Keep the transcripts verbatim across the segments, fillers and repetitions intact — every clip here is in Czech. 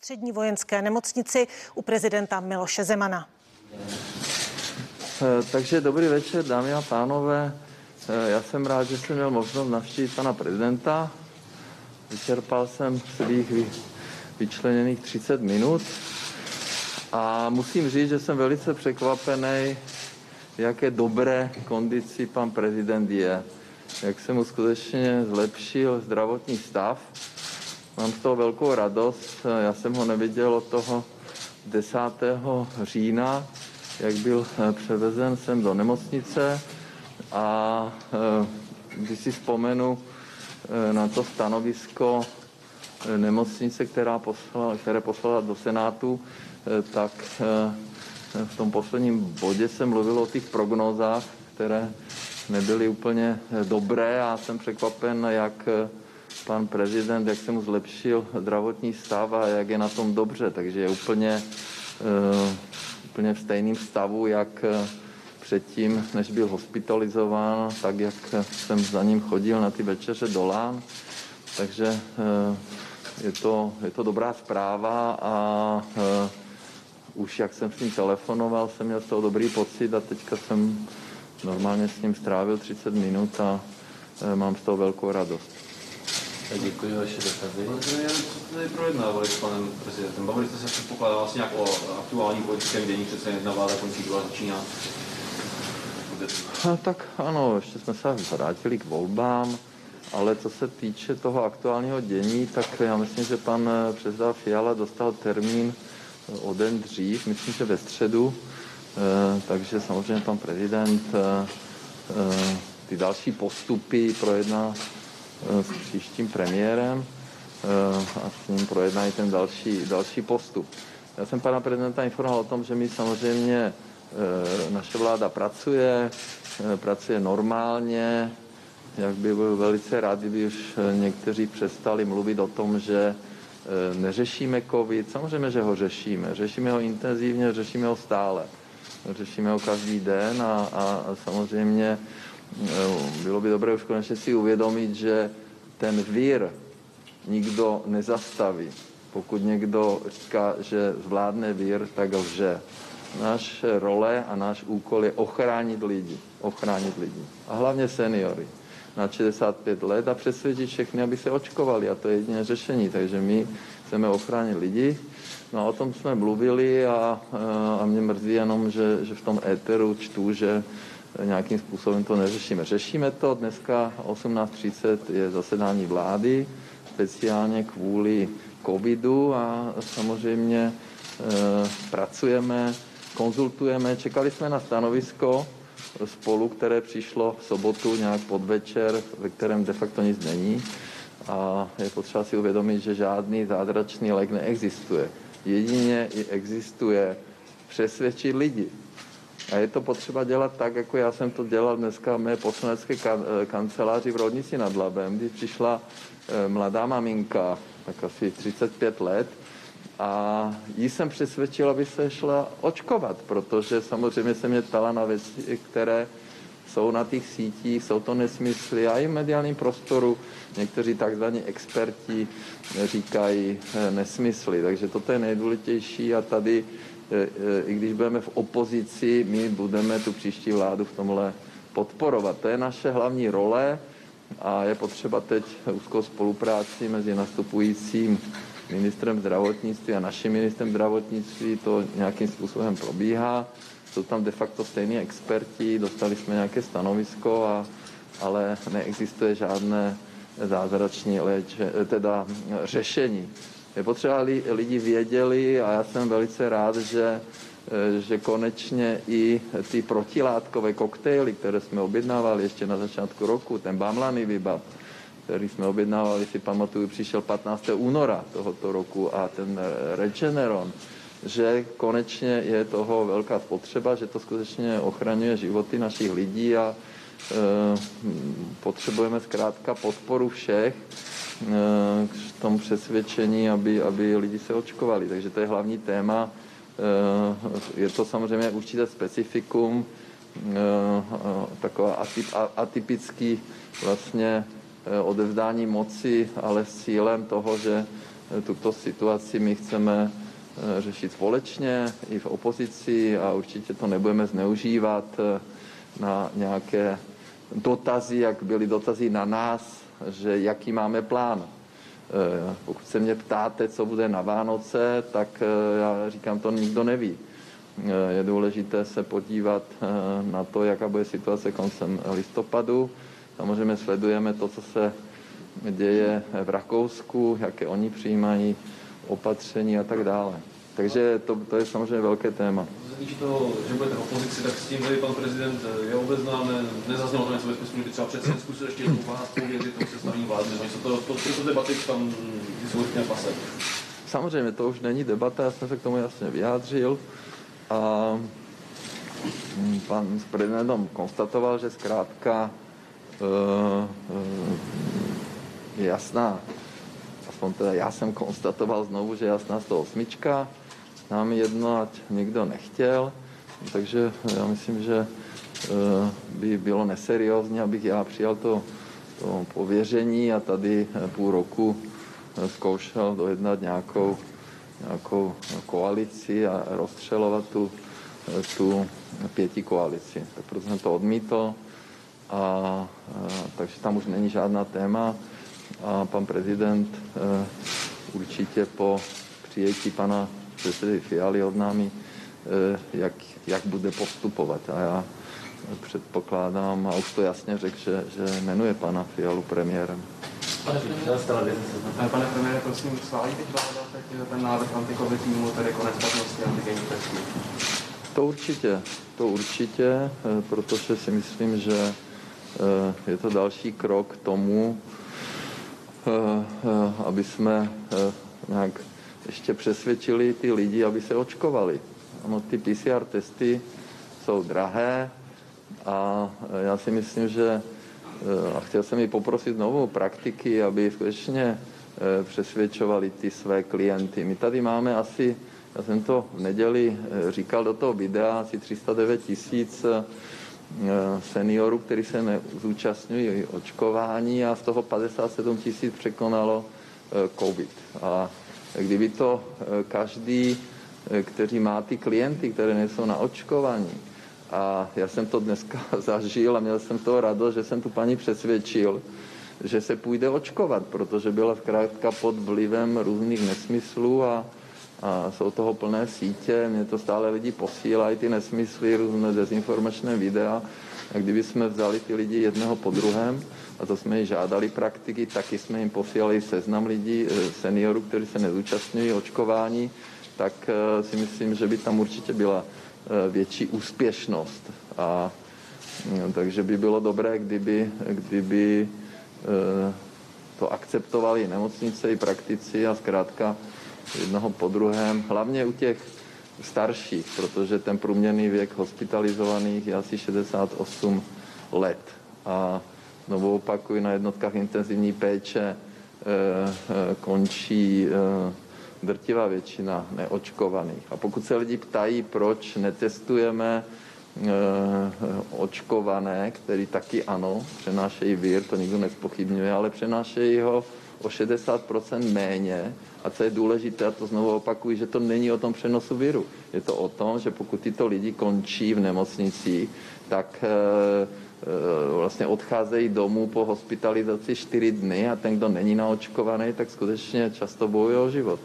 Ústřední vojenské nemocnici u prezidenta Miloše Zemana. Takže dobrý večer, dámy a pánové. Já jsem rád, že jsem měl možnost navštívit pana prezidenta. Vyčerpal jsem svých vyčleněných třicet minut a musím říct, že jsem velice překvapený, v jaké dobré kondici pan prezident je. Jak se mu skutečně zlepšil zdravotní stav. Mám z toho velkou radost. Já jsem ho neviděl od toho desátého října, jak byl převezen sem do nemocnice a když si vzpomenu na to stanovisko nemocnice, která poslala, které poslala do Senátu, tak v tom posledním bodě se mluvilo o těch prognózách, které nebyly úplně dobré a jsem překvapen, jak pan prezident, jak se mu zlepšil zdravotní stav a jak je na tom dobře, takže je úplně, úplně v stejném stavu, jak předtím, než byl hospitalizován, tak jak jsem za ním chodil na ty večeře do Lán. Takže je to, je to dobrá zpráva a už jak jsem s ním telefonoval, jsem měl z toho dobrý pocit a teďka jsem normálně s ním strávil třicet minut a mám z toho velkou radost. Děkuji za vaše dotazy. Pane premiére, co jste tady projednávali s panem prezidentem? Bavili jste se předpokládá vlastně nějak o aktuální politickém dění, přece jedna vláda končí, druhá začíná. No, tak ano, ještě jsme se vrátili k volbám, ale co se týče toho aktuálního dění, tak já myslím, že pan předseda Fiala dostal termín o den dřív, myslím, že ve středu, takže samozřejmě pan prezident ty další postupy projedná s příštím premiérem a s ním projednají ten další, další postup. Já jsem pana prezidenta informoval o tom, že my samozřejmě naše vláda pracuje, pracuje normálně, jak by byl velice rád, kdyby už někteří přestali mluvit o tom, že neřešíme covid. Samozřejmě, že ho řešíme. Řešíme ho intenzivně, řešíme ho stále. Řešíme ho každý den a, a samozřejmě bylo by dobré už konečně si uvědomit, že ten vír nikdo nezastaví. Pokud někdo říká, že zvládne vír, tak lže. Naše role a náš úkol je ochránit lidi. Ochránit lidi. A hlavně seniory na šedesát pět let a přesvědčit všechny, aby se očkovali. A to je jediné řešení. Takže my chceme ochránit lidi. No a o tom jsme mluvili a, a mě mrzí jenom, že, že v tom éteru čtu, že nějakým způsobem to neřešíme. Řešíme to. Dneska osmnáct třicet je zasedání vlády, speciálně kvůli covidu a samozřejmě e, pracujeme, konzultujeme. Čekali jsme na stanovisko spolu, které přišlo v sobotu nějak podvečer, ve kterém de facto nic není. A je potřeba si uvědomit, že žádný zázračný lék neexistuje. Jedině i existuje přesvědčit lidi. A je to potřeba dělat tak, jako já jsem to dělal dneska v mé poslanecké kanceláři v Rodnici nad Labem, kdy přišla mladá maminka, tak asi třicet pět let, a jí jsem přesvědčil, aby se šla očkovat, protože samozřejmě se mě ptala na věci, které jsou na těch sítích, jsou to nesmysly a i v mediálním prostoru někteří takzvaní experti říkají nesmysly. Takže toto je nejdůležitější a tady, i když budeme v opozici, my budeme tu příští vládu v tomhle podporovat. To je naše hlavní role a je potřeba teď úzkou spolupráci mezi nastupujícím ministrem zdravotnictví a naším ministrem zdravotnictví. To nějakým způsobem probíhá. Jsou tam de facto stejní experti, dostali jsme nějaké stanovisko, a, ale neexistuje žádné zázračné léče, teda řešení. Je potřeba, lidi věděli a já jsem velice rád, že, že konečně i ty protilátkové koktejly, které jsme objednávali ještě na začátku roku, ten Bamlanivimab, který jsme objednávali, si pamatuju, přišel patnáctého února tohoto roku a ten Regeneron, že konečně je toho velká spotřeba, že to skutečně ochraňuje životy našich lidí a e, potřebujeme zkrátka podporu všech e, k tomu přesvědčení, aby, aby lidi se očkovali. Takže to je hlavní téma. E, je to samozřejmě určité specifikum, e, taková atyp, atypický vlastně odevzdání moci, ale s cílem toho, že tuto situaci my chceme řešit společně i v opozici a určitě to nebudeme zneužívat na nějaké dotazy, jak byly dotazy na nás, že jaký máme plán. Pokud se mě ptáte, co bude na Vánoce, tak já říkám, to nikdo neví. Je důležité se podívat na to, jaká bude situace koncem listopadu. Samozřejmě sledujeme to, co se děje v Rakousku, jaké oni přijímají opatření a tak dále. Takže to, to je samozřejmě velké téma. Co se týče toho, že budete v opozici, tak s tím tady pan prezident je obeznámen, nezaznělo to něco ve smyslu, že třeba přece zkusit ještě jednou vás pověřit o sestavení vlády, nebo něco to, to, to, to debaty tam jsou v pase. Samozřejmě to už není debata, já jsem se k tomu jasně vyjádřil a pan prezident konstatoval, že zkrátka uh, uh, je jasná, aspoň teda já jsem konstatoval znovu, že jasná sto osm. Nám jedno, ať nikdo nechtěl, takže já myslím, že uh, by bylo neseriózně, abych já přijal to, to pověření a tady půl roku zkoušel dojednat nějakou, nějakou koalici a rozstřelovat tu, tu pěti koalici. Tak proto jsem to odmítl, a, a, takže tam už není žádná téma a pan prezident e, určitě po přijetí pana předsedy Fialy oznámí, e, jak, jak bude postupovat. A já předpokládám, a už to jasně řekl, že, že jmenuje pana Fialu premiérem. Pane premiére, pane premiére, prosím, schválí teď vláda teď ten návrh antikovid týmu, tedy konec platnosti antigenních testů? To určitě, to určitě, protože si myslím, že je to další krok k tomu, aby jsme nějak ještě přesvědčili ty lidi, aby se očkovali. Ano, ty P C R testy jsou drahé a já si myslím, že a chtěl jsem i poprosit znovu praktiky, aby skutečně přesvědčovali ty své klienty. My tady máme asi, já jsem to v neděli říkal do toho videa, asi tři sta devět tisíc seniorů, kteří se nezúčastňují očkování a z toho padesát sedm tisíc překonalo COVID. A kdyby to každý, kteří má ty klienty, které nejsou na očkování, a já jsem to dneska zažil a měl jsem toho radost, že jsem tu paní přesvědčil, že se půjde očkovat, protože byla zkrátka pod vlivem různých nesmyslů a, a jsou toho plné sítě. Mě to stále lidi posílají, ty nesmysly, různé dezinformačné videa. A kdyby jsme vzali ty lidi jednoho po druhém, a to jsme i žádali praktiky, taky jsme jim posílali seznam lidí, seniorů, kteří se nezúčastňují očkování, tak si myslím, že by tam určitě byla větší úspěšnost. A takže by bylo dobré, kdyby, kdyby to akceptovali nemocnice i praktici a zkrátka jednoho po druhém, hlavně u těch starších, protože ten průměrný věk hospitalizovaných je asi šedesát osm let. A znovu opakuju, na jednotkách intenzivní péče končí drtivá většina neočkovaných. A pokud se lidi ptají, proč netestujeme e, očkované, který taky ano, přenášejí vír, to nikdo nezpochybňuje, ale přenášejí ho o šedesát procent méně. A co je důležité, a to znovu opakuju, že to není o tom přenosu viru. Je to o tom, že pokud tyto lidi končí v nemocnici, tak e, e, vlastně odcházejí domů po hospitalizaci čtyři dny a ten, kdo není naočkovaný, tak skutečně často bojuje o život.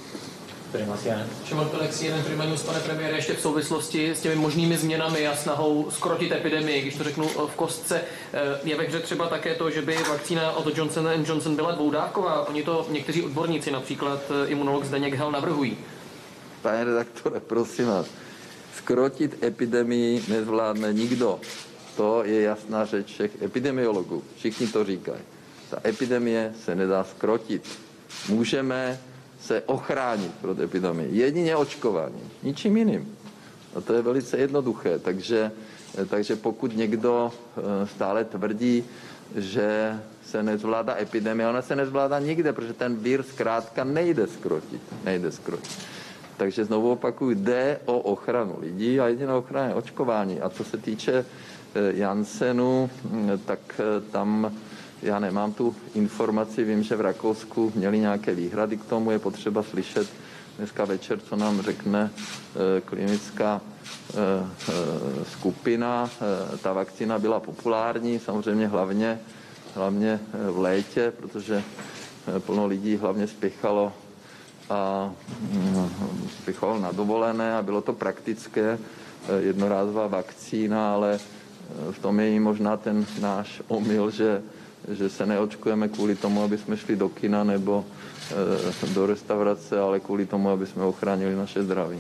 Šimon Pilek, C N N Prima News, pane premiére, ještě v souvislosti s těmi možnými změnami a snahou skrotit epidemii, když to řeknu v kostce, je ve hře třeba také to, že by vakcína od Johnson and Johnson byla dvoudávková. Oni to někteří odborníci, například imunolog Zdeněk Hel, navrhují. Pane redaktore, prosím vás, skrotit epidemii nezvládne nikdo. To je jasná řeč všech epidemiologů. Všichni to říkají. Ta epidemie se nedá skrotit. Můžeme se ochránit proti epidemii. Jedině očkování, ničím jiným. A to je velice jednoduché. Takže, takže pokud někdo stále tvrdí, že se nezvládá epidemie, ona se nezvládá nikde, protože ten vír zkrátka nejde skrotit. Nejde skrotit. Takže znovu opakuju, jde o ochranu lidí a jediná ochrana je očkování. A co se týče Janssenu, tak tam já nemám tu informaci, vím, že v Rakousku měli nějaké výhrady k tomu, je potřeba slyšet dneska večer, co nám řekne e, klinická e, e, skupina. E, ta vakcína byla populární, samozřejmě hlavně, hlavně v létě, protože plno lidí hlavně spěchalo a mm, spěchalo na dovolené a bylo to praktické, e, jednorázová vakcína, ale v tom je i možná ten náš omyl, že že se neočkujeme kvůli tomu, aby jsme šli do kina nebo e, do restaurace, ale kvůli tomu, aby jsme ochránili naše zdraví.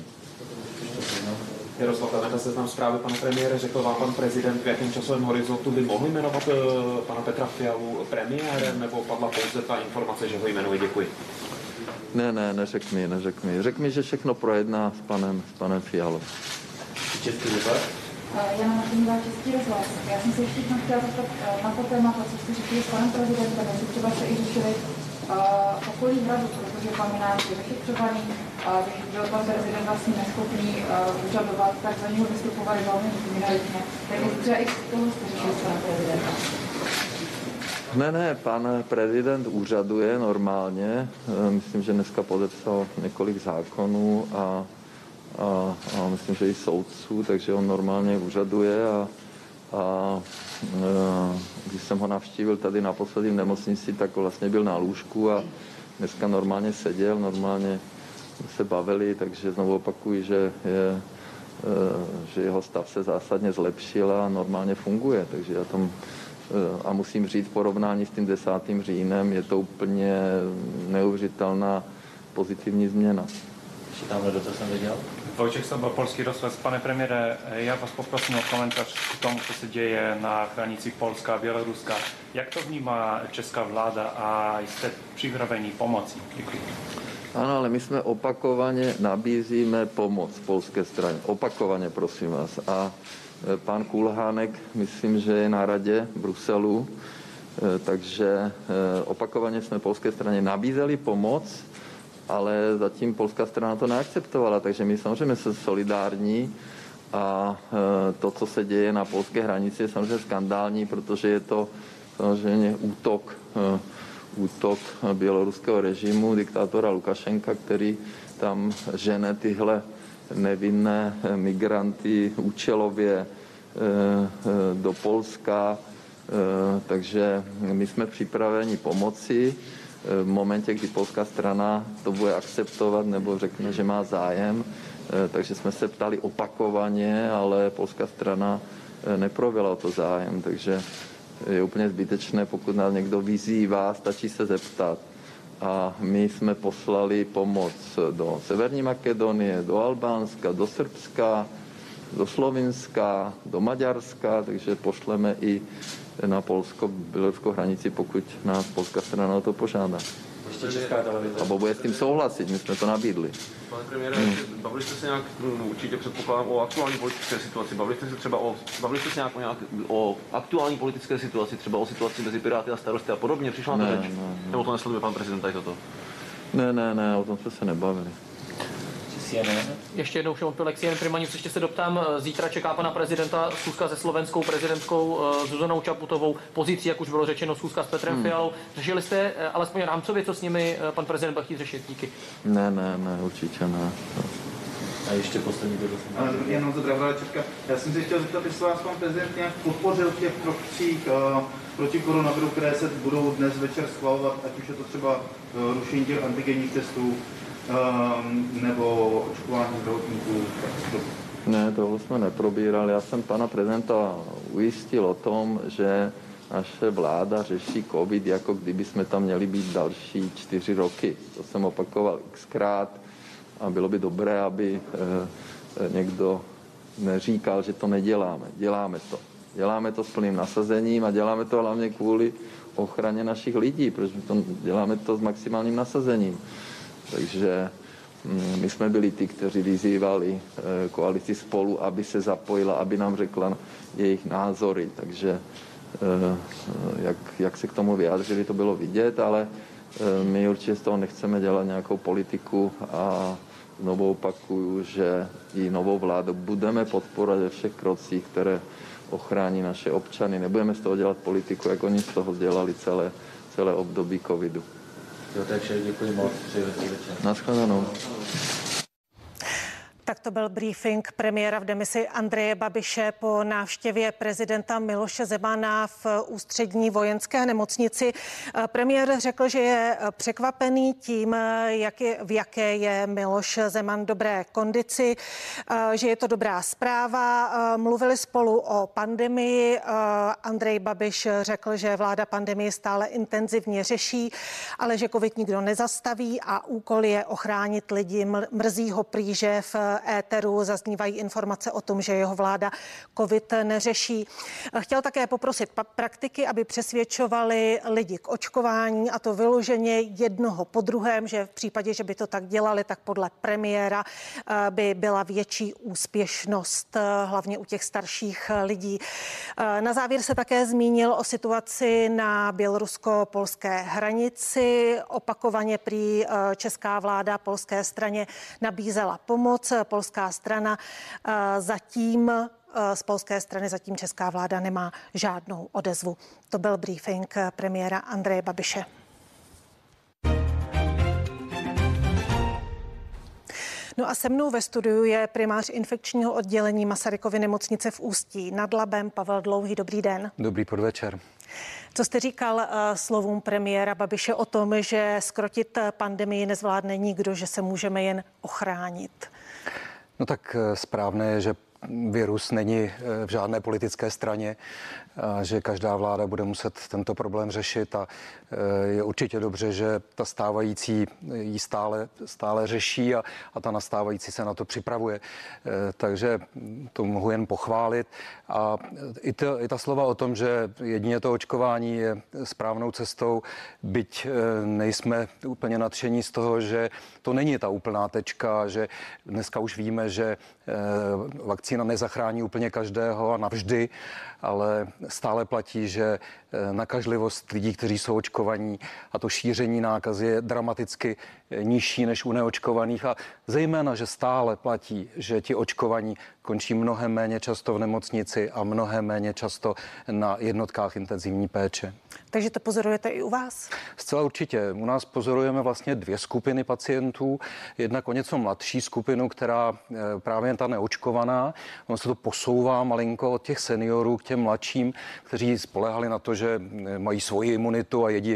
Jaroslav Klemeta, Seznam Zprávy, pane premiére, řekl vám pan prezident, v jakém časovém horizontu by mohl jmenovat e, pana Petra Fialu premiérem, nebo padla pouze ta informace, že ho jmenuje? Děkuji. Ne, ne, neřek mi, neřek mi. Řek mi, že všechno projedná s panem, s panem Fialou. Český vypad? Jana Martinová, Český rozhlas. Já jsem se ještě chtěla zeptat na to téma, co jste řekli s panem prezidentem, jestli třeba se i řešili uh, okolí hradu, protože pan Minář je vyšetřovaný, uh, když byl pan prezident vlastně neschopný uh, úřadovat, tak za něho vystupovali velmi minoritně. Tak jestli třeba i z toho jste řešili s panem prezidentem. Ne, ne, pan prezident úřaduje normálně. Myslím, že dneska podepsal několik zákonů a A, a myslím, že i soudců, takže on normálně úřaduje a, a, a když jsem ho navštívil tady naposledy v nemocnici, tak vlastně byl na lůžku a dneska normálně seděl, normálně se bavili, takže znovu opakuju, že, je, že jeho stav se zásadně zlepšil a normálně funguje, takže já tam a musím říct, v porovnání s tím desátým říjnem je to úplně neuvěřitelná pozitivní změna. Ještě tamhle dotaz jsem viděl. Vojtěch Sabal, Polský rozhlas. Pane premiére, já vás poprosím o komentář k tomu, co se děje na hranicích Polska a Běloruska. Jak to vnímá česká vláda a jste připraveni pomoci? Děkuji. Ano, ale my jsme opakovaně nabízíme pomoc polské straně. Opakovaně, prosím vás. A pan Kulhánek, myslím, že je na radě v Bruselu, takže opakovaně jsme polské straně nabízeli pomoc, ale zatím polská strana to neakceptovala, takže my samozřejmě jsme solidární a to, co se děje na polské hranici, je samozřejmě skandální, protože je to samozřejmě útok, útok běloruského režimu, diktátora Lukašenka, který tam žene tyhle nevinné migranty účelově do Polska, takže my jsme připraveni pomoci. V momentě, kdy polská strana to bude akceptovat nebo řekne, že má zájem, takže jsme se ptali opakovaně, ale polská strana neprovila o to zájem, takže je úplně zbytečné, pokud nás někdo vyzývá, stačí se zeptat. A my jsme poslali pomoc do Severní Makedonie, do Albánska, do Srbska, do Slovinska, do Maďarska, takže pošleme i na polsko-běloruskou hranici, pokud nás polská strana o to požádá. A bude s tím souhlasit, my jsme to nabídli. Pane premiére, hmm. bavili jste se nějak, určitě předpokládám, o aktuální politické situaci, bavili jste se třeba o, bavili jste se nějak o, nějak, o aktuální politické situaci, třeba o situaci mezi Piráty a Starosty a podobně, přišla na to řeč? Nebo to nesleduje pan prezident tady toto? Ne, ne, ne, o tom jsme se nebavili. Ještě jednou všem odpověď Jen Prymaniv, ještě se doptám. Zítra čeká pana prezidenta schůzka se slovenskou prezidentkou Zuzanou Čaputovou. Pozicí, jak už bylo řečeno, schůzka s Petrem hmm. Fialou. Řešili jste alespoň rámcově, co s nimi pan prezident bude chtít řešit? Díky. Ne, ne, ne, určitě ne. A ještě poslední dotaz. Ale dobrý den, zdravá Česka. Já jsem si chtěl zeptat, jestli vás pan prezident nějak podpořil v těch krocích uh, proti koronaviru, které se budou dnes večer schvalovat, ať už je to třeba uh, rušení těch antigenních testů, Um, nebo očkování zdravotníků? Ne, tohle jsme neprobírali. Já jsem pana prezidenta ujistil o tom, že naše vláda řeší covid, jako kdyby jsme tam měli být další čtyři roky. To jsem opakoval xkrát a bylo by dobré, aby eh, někdo neříkal, že to neděláme. Děláme to. Děláme to s plným nasazením a děláme to hlavně kvůli ochraně našich lidí, protože to, děláme to s maximálním nasazením. Takže my jsme byli ty, kteří vyzývali koalici Spolu, aby se zapojila, aby nám řekla jejich názory. Takže jak, jak se k tomu vyjádřili, to bylo vidět, ale my určitě z toho nechceme dělat nějakou politiku a znovu opakuju, že i novou vládu budeme podporovat ve všech krocích, které ochrání naše občany. Nebudeme z toho dělat politiku, jak oni z toho dělali celé, celé období covidu. Jo, takže děkuji moc. Přeji hezký večer. Naschledanou. Tak to byl briefing premiéra v demisi Andreje Babiše po návštěvě prezidenta Miloše Zemana v ústřední vojenské nemocnici. Premiér řekl, že je překvapený tím, jak je, v jaké je Miloš Zeman dobré kondici, že je to dobrá zpráva. Mluvili spolu o pandemii. Andrej Babiš řekl, že vláda pandemii stále intenzivně řeší, ale že covid nikdo nezastaví a úkol je ochránit lidi. Mrzí ho prý, že v éteru zaznívají informace o tom, že jeho vláda covid neřeší. Chtěl také poprosit praktiky, aby přesvědčovali lidi k očkování, a to vyloženě jednoho po druhém, že v případě, že by to tak dělali, tak podle premiéra by byla větší úspěšnost, hlavně u těch starších lidí. Na závěr se také zmínil o situaci na bělorusko-polské hranici. Opakovaně prý česká vláda polské straně nabízela pomoc. Polská strana zatím, z polské strany zatím česká vláda nemá žádnou odezvu. To byl briefing premiéra Andreje Babiše. No a se mnou ve studiu je primář infekčního oddělení Masarykovy nemocnice v Ústí nad Labem Pavel Dlouhý. Dobrý den. Dobrý podvečer. Co jste říkal uh, slovům premiéra Babiše o tom, že zkrotit pandemii nezvládne nikdo, že se můžeme jen ochránit? No tak správné je, že virus není v žádné politické straně, že každá vláda bude muset tento problém řešit a je určitě dobře, že ta stávající ji stále, stále řeší a, a ta nastávající se na to připravuje. Takže to mohu jen pochválit. A i, to, i ta slova o tom, že jedině to očkování je správnou cestou, byť nejsme úplně nadšení z toho, že to není ta úplná tečka, že dneska už víme, že vakcína nezachrání úplně každého a navždy, ale stále platí, že nakažlivost lidí, kteří jsou očkovaní, a to šíření nákazy je dramaticky nižší než u neočkovaných a zejména, že stále platí, že ti očkovaní končí mnohem méně často v nemocnici a mnohem méně často na jednotkách intenzivní péče. Takže to pozorujete i u vás? Zcela určitě. U nás pozorujeme vlastně dvě skupiny pacientů. Jednak o něco mladší skupinu, která právě ta neočkovaná. On se to posouvá malinko od těch seniorů k těm mladším, kteří spolehali na to, že mají svoji imunitu a jedí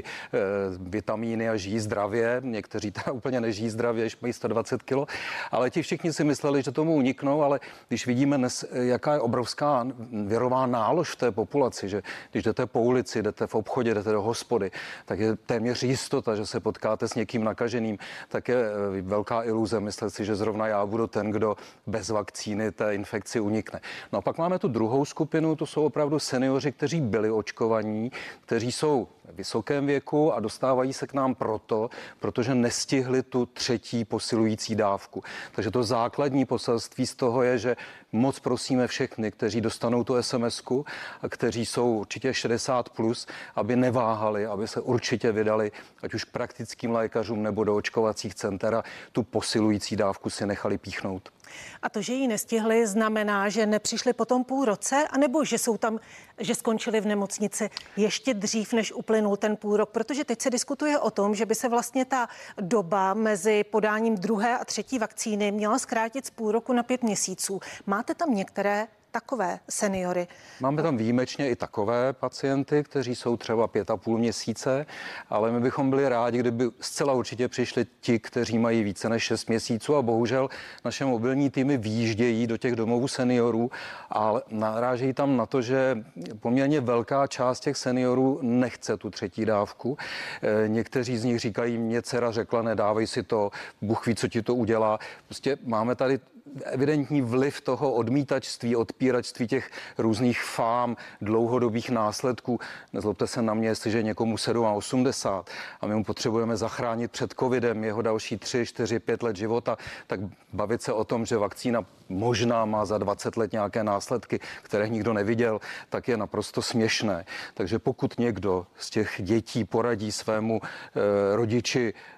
vitamíny a žijí zdravě. Někteří teda úplně nežijí zdravě, když mají sto dvacet kilo. Ale ti všichni si mysleli, že tomu uniknou, ale když vidíme dnes, jaká je obrovská virová nálož v té populaci, že když jdete po ulici, jdete v obchodě, jdete do hospody, tak je téměř jistota, že se potkáte s někým nakaženým, tak je velká iluze myslet si, že zrovna já budu ten, kdo bez vakcíny té infekci unikne. No a pak máme tu druhou skupinu, to jsou opravdu seniori, kteří byli očkovaní, kteří jsou v vysokém věku a dostávají se k nám proto, protože nestihli tu třetí posilující dávku. Takže to základní poselství z toho je, že moc prosíme všechny, kteří dostanou tu SMSku a kteří jsou určitě šedesát plus, aby neváhali, aby se určitě vydali ať už k praktickým lékařům nebo do očkovacích center a tu posilující dávku si nechali píchnout. A to, že ji nestihli, znamená, že nepřišli po tom půl roce, anebo že jsou tam, že skončili v nemocnici ještě dřív, než uplynul ten půl rok? Protože teď se diskutuje o tom, že by se vlastně ta doba mezi podáním druhé a třetí vakcíny měla zkrátit z půl roku na pět měsíců. Máte tam některé takové seniory? Máme tam výjimečně i takové pacienty, kteří jsou třeba pět a půl měsíce, ale my bychom byli rádi, kdyby zcela určitě přišli ti, kteří mají více než šest měsíců a bohužel naše mobilní týmy výjíždějí do těch domovů seniorů a narážejí tam na to, že poměrně velká část těch seniorů nechce tu třetí dávku. Někteří z nich říkají, mě dcera řekla, nedávej si to, Bůh ví, co ti to udělá. Prostě máme tady evidentní vliv toho odmítačství, odpíračství těch různých fám, dlouhodobých následků. Nezlobte se na mě, jestliže někomu osmdesát sedm a my mu potřebujeme zachránit před covidem jeho další tři, čtyři, pět let života, tak bavit se o tom, že vakcína možná má za dvacet let nějaké následky, které nikdo neviděl, tak je naprosto směšné. Takže pokud někdo z těch dětí poradí svému e, rodiči,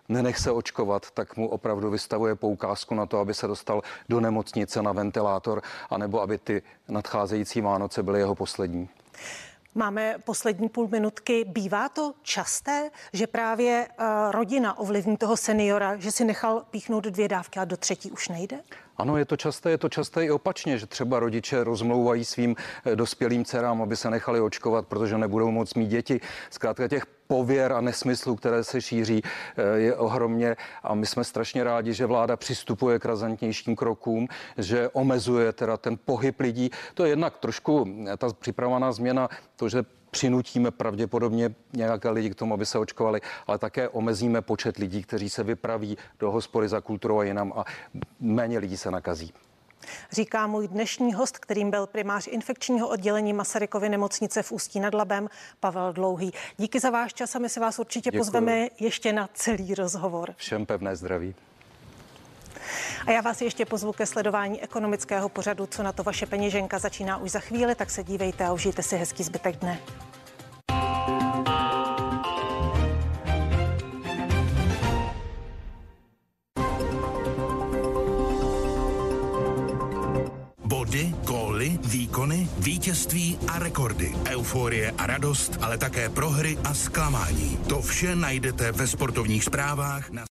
nenech se očkovat, tak mu opravdu vystavuje poukázku na to, aby se dostal do nemocnice na ventilátor, anebo aby ty nadcházející Vánoce byly jeho poslední. Máme poslední půl minutky. Bývá to časté, že právě uh, rodina ovlivní toho seniora, že si nechal píchnout dvě dávky a do třetí už nejde? Ano, je to časté, je to časté i opačně, že třeba rodiče rozmlouvají svým dospělým dcerám, aby se nechali očkovat, protože nebudou moc mít děti. Zkrátka těch pověr a nesmyslů, které se šíří, je ohromně a my jsme strašně rádi, že vláda přistupuje k razantnějším krokům, že omezuje teda ten pohyb lidí. To je jednak trošku ta připravovaná změna, to, že přinutíme pravděpodobně nějaké lidi k tomu, aby se očkovali, ale také omezíme počet lidí, kteří se vypraví do hospody za kulturou a jinam a méně lidí se nakazí. Říká můj dnešní host, kterým byl primář infekčního oddělení Masarykovy nemocnice v Ústí nad Labem, Pavel Dlouhý. Díky za váš čas a my si vás určitě Děkuji. pozveme ještě na celý rozhovor. Všem pevné zdraví. A já vás ještě pozvu ke sledování ekonomického pořadu. Co na to vaše peněženka začíná už za chvíli, tak se dívejte a užijte si hezký zbytek dne. Body, góly, výkony, vítězství a rekordy, euforie a radost, ale také prohry a zklamání. To vše najdete ve sportovních zprávách na